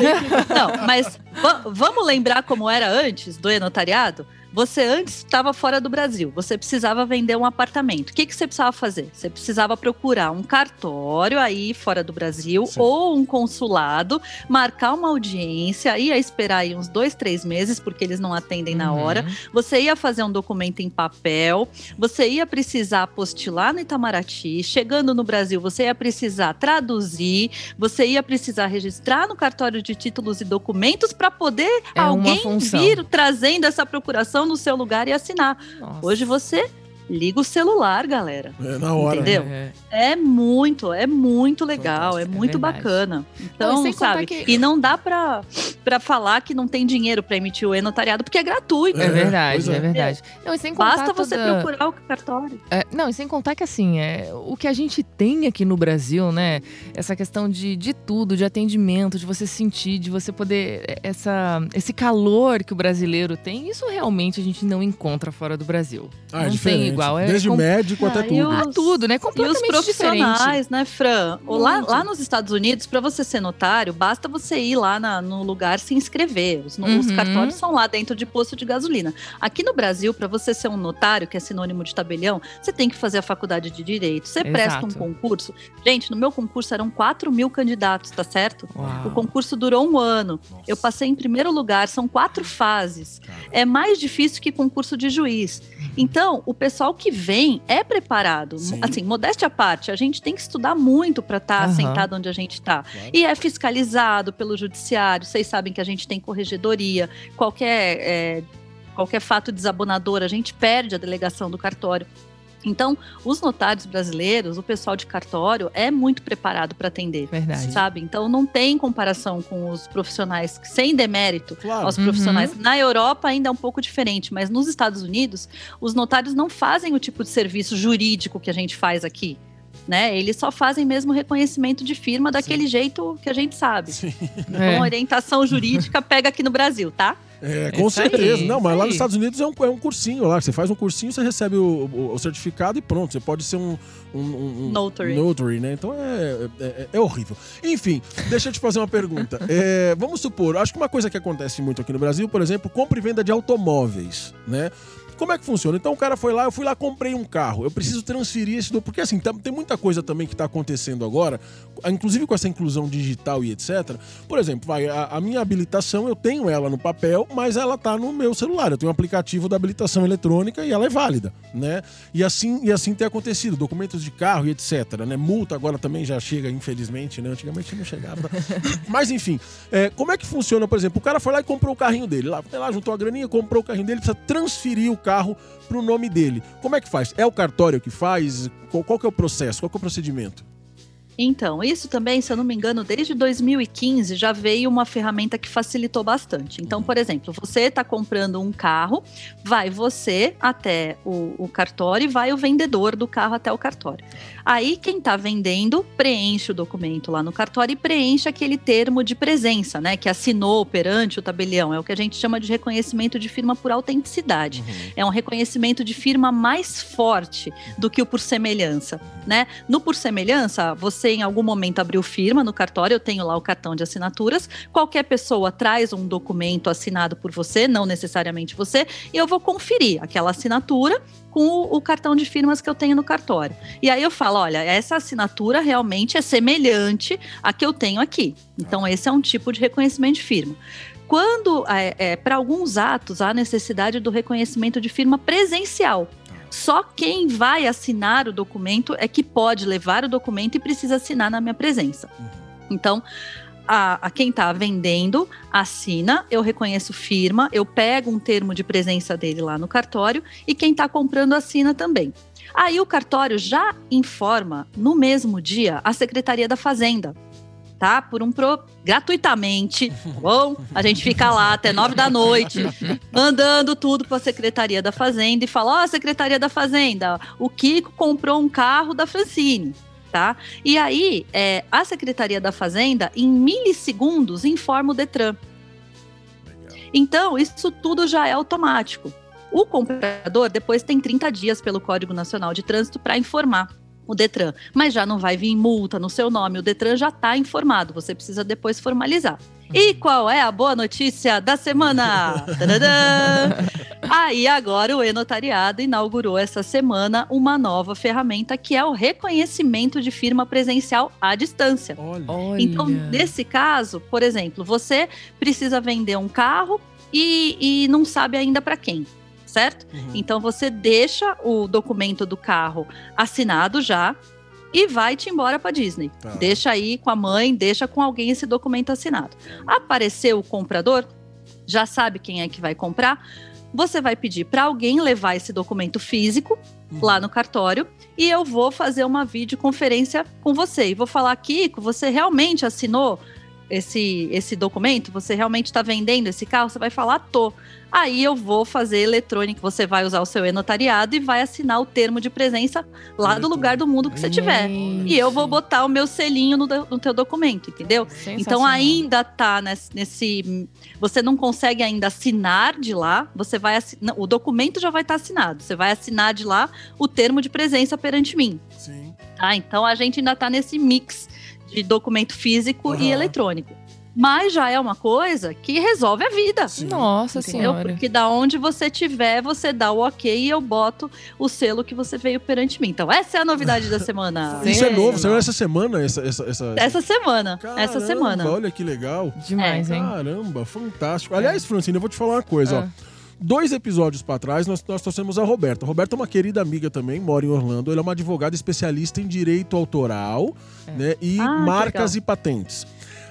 Não, mas vamos lembrar como era antes do e-notariado? Você antes estava fora do Brasil, você precisava vender um apartamento. O que, que você precisava fazer? Você precisava procurar um cartório aí fora do Brasil Sim. ou um consulado, marcar uma audiência, ia esperar aí uns dois, três meses, porque eles não atendem uhum. na hora. Você ia fazer um documento em papel, você ia precisar apostilar no Itamaraty. Chegando no Brasil, você ia precisar traduzir, você ia precisar registrar no cartório de títulos e documentos para poder é alguém vir trazendo essa procuração no seu lugar e assinar. Nossa. Hoje você liga o celular, galera. É na hora. Entendeu? É, é muito, é muito legal, Fantástico, é muito é bacana. Então, não, sabe? Que... E não dá pra, pra falar que não tem dinheiro pra emitir o e-notariado, porque é gratuito. É, é verdade, é. é verdade. Não, e sem contar Basta toda... você procurar o cartório. É, não, e sem contar que assim, é, o que a gente tem aqui no Brasil, né? Essa questão de, de tudo, de atendimento, de você sentir, de você poder... Essa, esse calor que o brasileiro tem, isso realmente a gente não encontra fora do Brasil. Ah, não é diferente. tem igual. É Desde com... médico ah, até tudo. Ah, tudo, né? Completamente e os profissionais, diferente. né, Fran? Lá, lá nos Estados Unidos, para você ser notário, basta você ir lá na, no lugar se inscrever. Os, uhum. os cartórios são lá dentro de posto de gasolina. Aqui no Brasil, para você ser um notário, que é sinônimo de tabelião, você tem que fazer a faculdade de Direito. Você Exato. presta um concurso. Gente, no meu concurso eram quatro mil candidatos, tá certo? Uau. O concurso durou um ano. Nossa. Eu passei em primeiro lugar, são quatro fases. Caramba. É mais difícil que concurso de juiz. Então, o pessoal que vem é preparado. Sim. Assim, modéstia à parte, a gente tem que estudar muito para estar tá uhum. sentado onde a gente está. Claro. E é fiscalizado pelo judiciário. Vocês sabem que a gente tem corregedoria. Qualquer, é, qualquer fato desabonador, a gente perde a delegação do cartório. Então, os notários brasileiros, o pessoal de cartório, é muito preparado para atender. Verdade. Sabe? Então, não tem comparação com os profissionais, sem demérito claro. aos profissionais. Uhum. Na Europa ainda é um pouco diferente, mas nos Estados Unidos, os notários não fazem o tipo de serviço jurídico que a gente faz aqui. Né? Eles só fazem mesmo reconhecimento de firma daquele Sim. jeito que a gente sabe. Sim. Então, é. orientação jurídica pega aqui no Brasil, tá? É, com isso certeza. Aí, não, mas lá nos Estados Unidos é um, é um cursinho lá. Você faz um cursinho, você recebe o, o, o certificado e pronto. Você pode ser um... um, um notary. Notary, né? Então é, é, é horrível. Enfim, deixa eu te fazer uma pergunta. É, vamos supor, acho que uma coisa que acontece muito aqui no Brasil, por exemplo, compra e venda de automóveis, né? Como é que funciona? Então o cara foi lá, eu fui lá, comprei um carro. Eu preciso transferir esse... Porque assim, tem muita coisa também que está acontecendo agora, inclusive com essa inclusão digital e etcétera. Por exemplo, vai, a, a minha habilitação, eu tenho ela no papel, mas ela está no meu celular. Eu tenho um aplicativo da habilitação eletrônica e ela é válida, né? E assim, e assim tem acontecido. Documentos de carro e etcétera, né? Multa agora também já chega, infelizmente, né? Antigamente não chegava. Mas enfim, é, como é que funciona, por exemplo? O cara foi lá e comprou o carrinho dele. Lá, lá juntou a graninha, comprou o carrinho dele, precisa transferir o carro para o nome dele. Como é que faz? É o cartório que faz? Qual, qual que é o processo? Qual que é o procedimento? Então, isso também, se eu não me engano, desde dois mil e quinze já veio uma ferramenta que facilitou bastante. Então, por exemplo, você está comprando um carro, vai você até o, o cartório e vai o vendedor do carro até o cartório. Aí, quem está vendendo preenche o documento lá no cartório e preenche aquele termo de presença, né? Que assinou perante o tabelião. É o que a gente chama de reconhecimento de firma por autenticidade. Uhum. É um reconhecimento de firma mais forte do que o por semelhança, né? No por semelhança, você em algum momento abriu firma no cartório, eu tenho lá o cartão de assinaturas, qualquer pessoa traz um documento assinado por você, não necessariamente você, e eu vou conferir aquela assinatura com o, o cartão de firmas que eu tenho no cartório. E aí eu falo, olha, essa assinatura realmente é semelhante à que eu tenho aqui. Então esse é um tipo de reconhecimento de firma. Quando, é, é, para alguns atos, há necessidade do reconhecimento de firma presencial. Só quem vai assinar o documento é que pode levar o documento e precisa assinar na minha presença. Então, a, a quem está vendendo assina, eu reconheço firma, eu pego um termo de presença dele lá no cartório e quem está comprando assina também. Aí o cartório já informa no mesmo dia a Secretaria da Fazenda, tá? Por um pro... gratuitamente, tá bom? A gente fica lá até nove da noite, mandando tudo para a Secretaria da Fazenda e fala, ó, oh, Secretaria da Fazenda, o Kiko comprou um carro da Francine. Tá? E aí, é, a Secretaria da Fazenda, em milissegundos, informa o Detran. Legal. Então, isso tudo já é automático. O comprador, depois, tem trinta dias pelo Código Nacional de Trânsito para informar o Detran. Mas já não vai vir multa no seu nome, o Detran já está informado, você precisa depois formalizar. E qual é a boa notícia da semana? Tadadã! Aí agora o e-notariado inaugurou essa semana uma nova ferramenta que é o reconhecimento de firma presencial à distância. Olha. Então, nesse caso, por exemplo, você precisa vender um carro e, e não sabe ainda para quem, certo? Uhum. Então você deixa o documento do carro assinado já e vai-te embora para Disney. Tá. Deixa aí com a mãe, deixa com alguém esse documento assinado. Apareceu o comprador, já sabe quem é que vai comprar, você vai pedir para alguém levar esse documento físico uhum. lá no cartório e eu vou fazer uma videoconferência com você. E vou falar, Kiko, você realmente assinou esse, esse documento? Você realmente está vendendo esse carro? Você vai falar, tô. Aí eu vou fazer eletrônico, você vai usar o seu e-notariado e vai assinar o termo de presença lá do lugar do mundo que você tiver. E eu vou botar o meu selinho no, no teu documento, entendeu? Então ainda tá nesse, nesse... Você não consegue ainda assinar de lá, você vai assinar, o documento já vai estar assinado, você vai assinar de lá o termo de presença perante mim. Sim. Tá? Então a gente ainda tá nesse mix de documento físico uhum. e eletrônico. Mas já é uma coisa que resolve a vida. Sim. Nossa entendeu? Senhora. Porque da onde você tiver, você dá o ok e eu boto o selo que você veio perante mim. Então essa é a novidade da semana. Isso é novo, saiu essa semana? Essa, essa, essa... essa semana, Caramba, essa semana. Olha que legal. Demais, é. hein? Caramba, fantástico. Aliás, Francine, eu vou te falar uma coisa, ah. ó. Dois episódios para trás, nós, nós trouxemos a Roberta. A Roberta é uma querida amiga também, mora em Orlando. Ela é uma advogada especialista em direito autoral é. né, e ah, marcas e patentes.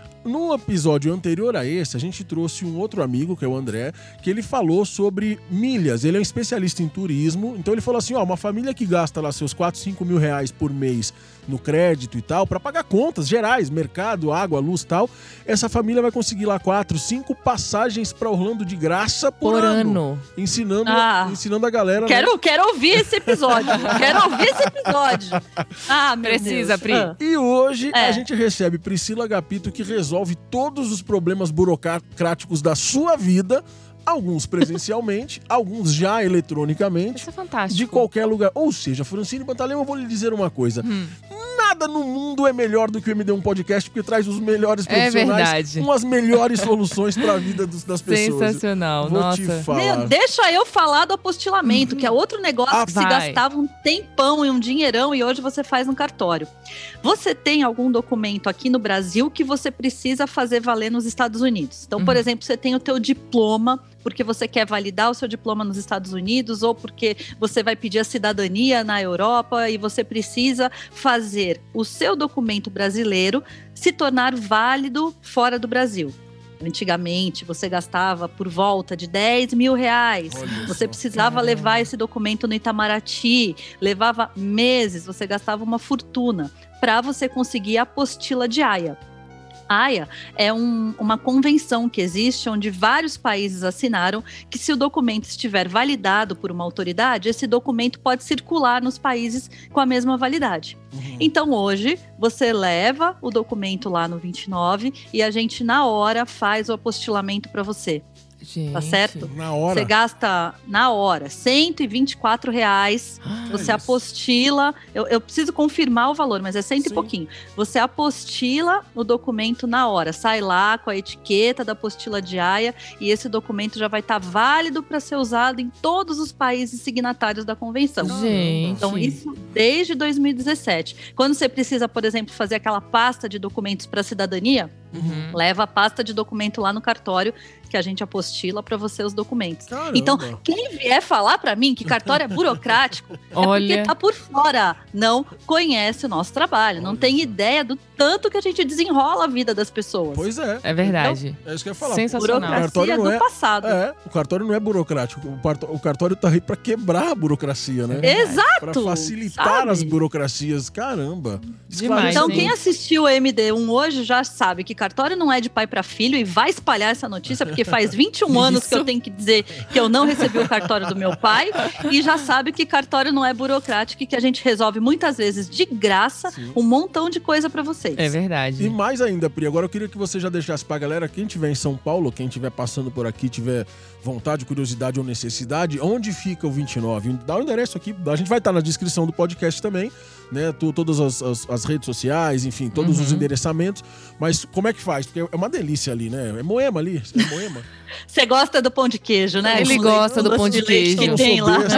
No episódio anterior a esse, a gente trouxe um outro amigo, que é o André, que ele falou sobre milhas. Ele é um especialista em turismo, então ele falou assim, ó, uma família que gasta lá seus quatro, cinco mil reais por mês no crédito e tal, para pagar contas gerais, mercado, água, luz e tal, essa família vai conseguir lá quatro, cinco passagens para Orlando de graça por, por ano. ano. Ensinando, ah, ensinando a galera... Quero, né? quero ouvir esse episódio. quero ouvir esse episódio. Ah, meu Precisa, Deus. Pri. Ah. E hoje é. a gente recebe Priscila Agapito, que resolve todos os problemas burocráticos da sua vida, alguns presencialmente, alguns já eletronicamente. Isso é fantástico. De qualquer lugar. Ou seja, Francine Pantaleo, eu vou lhe dizer uma coisa. Hum. Nada no mundo é melhor do que o M D um Podcast, porque traz os melhores profissionais é com as melhores soluções para a vida dos, das pessoas. Sensacional, vou nossa. te falar. Meu, deixa eu falar do apostilamento, que é outro negócio Ah, que vai. se gastava um tempão e um dinheirão e hoje você faz no cartório. Você tem algum documento aqui no Brasil que você precisa fazer valer nos Estados Unidos. Então, por Uhum. exemplo, você tem o teu diploma, porque você quer validar o seu diploma nos Estados Unidos ou porque você vai pedir a cidadania na Europa e você precisa fazer o seu documento brasileiro se tornar válido fora do Brasil. Antigamente, você gastava por volta de dez mil reais. Olha você só. precisava Caramba. levar esse documento no Itamaraty. Levava meses, você gastava uma fortuna para você conseguir a apostila de Haia. A Haia é um, uma convenção que existe onde vários países assinaram que se o documento estiver validado por uma autoridade, esse documento pode circular nos países com a mesma validade. Uhum. Então hoje você leva o documento lá no vinte e nove e a gente na hora faz o apostilamento para você. Gente. Tá certo? Na hora. Você gasta na hora cento e vinte e quatro reais. Ah, você isso. apostila. Eu, eu preciso confirmar o valor, mas é cento Sim. e pouquinho. Você apostila o documento na hora. Sai lá com a etiqueta da apostila de Haia e esse documento já vai estar tá válido para ser usado em todos os países signatários da convenção. Gente. Então, isso desde dois mil e dezessete. Quando você precisa, por exemplo, fazer aquela pasta de documentos para cidadania, Uhum. Leva a pasta de documento lá no cartório, que a gente apostila para você os documentos. Caramba. Então, quem vier falar para mim que cartório é burocrático, Olha. é porque tá por fora, não conhece o nosso trabalho, não tem ideia do tanto que a gente desenrola a vida das pessoas. Pois é. É verdade. É isso que eu ia falar. Sensacional. O cartório Burocracia não do é, passado. é, o cartório não é burocrático. O, parto- o cartório tá aí pra quebrar a burocracia, né? Exato! Pra facilitar sabe? as burocracias. Caramba. Demais, Então, sim. quem assistiu o M D um hoje já sabe que cartório não é de pai para filho e vai espalhar essa notícia, porque faz vinte e um anos que eu tenho que dizer que eu não recebi o cartório do meu pai, e já sabe que cartório não é burocrático e que a gente resolve muitas vezes de graça Sim. um montão de coisa para vocês. É verdade. E mais ainda, Pri, agora eu queria que você já deixasse pra galera, quem estiver em São Paulo, quem estiver passando por aqui, tiver vontade, curiosidade ou necessidade, onde fica o vinte e nove? Dá o endereço aqui, a gente vai estar na descrição do podcast também, né? Tu- Todas as, as- as redes sociais, enfim, todos Uhum. os endereçamentos. Mas como é que faz? Porque é uma delícia ali, né? É Moema ali, é Moema. Você gosta do pão de queijo, né? Ele Com gosta leite- do pão de doce leite queijo. que tem Eu sou lá. besta.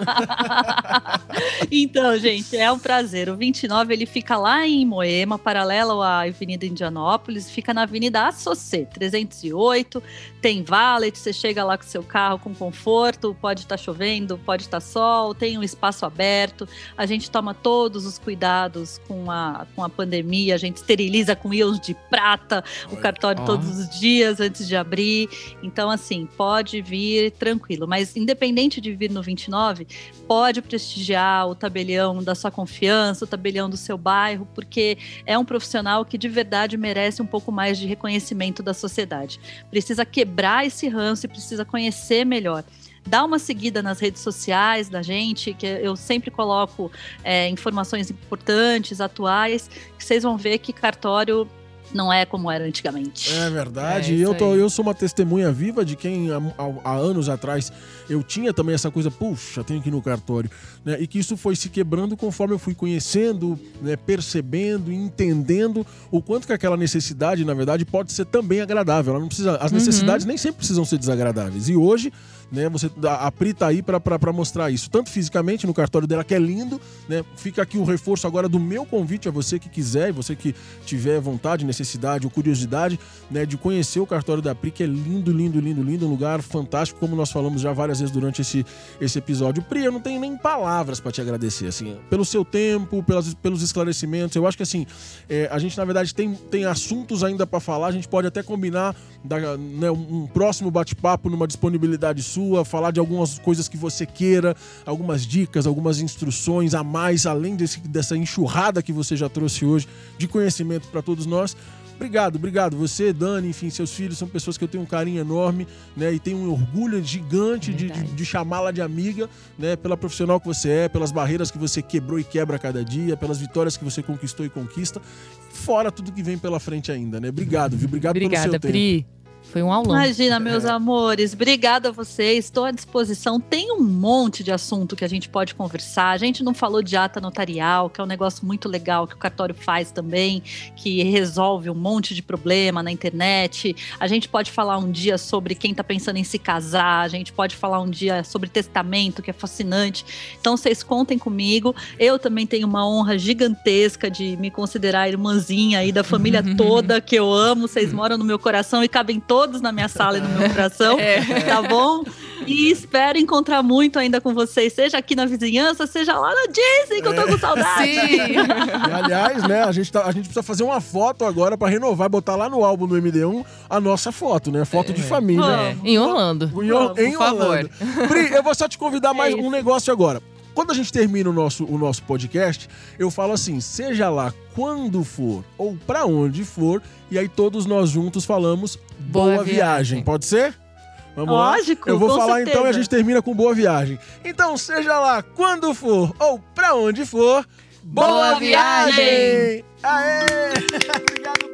É. Então, gente, é um prazer. O vinte e nove, ele fica lá em Moema, paralelo à Avenida Indianópolis, fica na Avenida Assocê, trezentos e oito, tem valet, você chega lá com seu carro com conforto, pode estar chovendo, pode estar sol, tem um espaço aberto, a gente toma todos os cuidados com a, com a pandemia, a gente esteriliza com íons de prata o cartório Ó. todos os dias antes de abrir. Então, assim, pode vir tranquilo. Mas, independente de vir no vinte e nove, pode prestigiar o tabelião da sua confiança, o tabelião do seu bairro, porque é um profissional que, de verdade, merece um pouco mais de reconhecimento da sociedade. Precisa quebrar esse ranço e precisa conhecer melhor. Dá uma seguida nas redes sociais da gente, que eu sempre coloco é, informações importantes, atuais, que vocês vão ver que cartório não é como era antigamente. É verdade. É E isso eu, tô, aí. eu sou uma testemunha viva de quem há, há- há anos atrás eu tinha também essa coisa, puxa, tenho que ir no cartório, né? E que isso foi se quebrando conforme eu fui conhecendo, né? Percebendo, entendendo o quanto que aquela necessidade, na verdade, pode ser também agradável. Ela não precisa, as necessidades nem sempre precisam ser desagradáveis. E hoje, né, você, a Pri tá aí pra, pra, pra mostrar isso, tanto fisicamente no cartório dela, que é lindo, né? Fica aqui o reforço agora do meu convite a você que quiser, e você que tiver vontade, necessidade ou curiosidade, né, de conhecer o cartório da Pri, que é lindo, lindo, lindo, lindo, um lugar fantástico, como nós falamos já várias vezes durante esse, esse episódio. Pri, eu não tenho nem palavras pra te agradecer, assim, pelo seu tempo, pelas, pelos esclarecimentos. Eu acho que, assim, é, a gente, na verdade, tem, tem assuntos ainda pra falar, a gente pode até combinar da, né, um próximo bate-papo numa disponibilidade sua, falar de algumas coisas que você queira, algumas dicas, algumas instruções a mais, além desse, dessa enxurrada que você já trouxe hoje de conhecimento para todos nós. Obrigado, obrigado. Você, Dani, enfim, seus filhos são pessoas que eu tenho um carinho enorme, né? E tenho um orgulho gigante de, de, Verdade. de chamá-la de amiga, né? Pela profissional que você é, pelas barreiras que você quebrou e quebra a cada dia, pelas vitórias que você conquistou e conquista, fora tudo que vem pela frente ainda, né? Obrigado, viu? Obrigado pelo Obrigada, seu tempo. Pri. Foi um aulão. Imagina, meus amores. Obrigada a vocês. Estou à disposição. Tem um monte de assunto que a gente pode conversar. A gente não falou de ata notarial, que é um negócio muito legal que o cartório faz também, que resolve um monte de problema na internet. A gente pode falar um dia sobre quem está pensando em se casar. A gente pode falar um dia sobre testamento, que é fascinante. Então, vocês contem comigo. Eu também tenho uma honra gigantesca de me considerar irmãzinha aí da família toda, que eu amo. Vocês moram no meu coração e cabem todos todos na minha sala e no meu coração, tá bom? E espero encontrar muito ainda com vocês, seja aqui na vizinhança, seja lá na Disney, que eu tô com saudade. Sim. E, aliás, né, a gente, tá, a gente precisa fazer uma foto agora pra renovar, botar lá no álbum do M D um a nossa foto, né? Foto de família. Vamos. Em Orlando. Em, Or- Por em favor. Orlando. Pri, eu vou só te convidar mais É um isso. negócio agora. Quando a gente termina o nosso, o nosso podcast, eu falo assim, seja lá quando for ou pra onde for, e aí todos nós juntos falamos boa, Boa viagem. viagem. Pode ser? Vamos Lógico, lá? Eu vou com falar certeza. então e a gente termina com boa viagem. Então, seja lá quando for ou pra onde for, Boa viagem! Aê! Obrigado,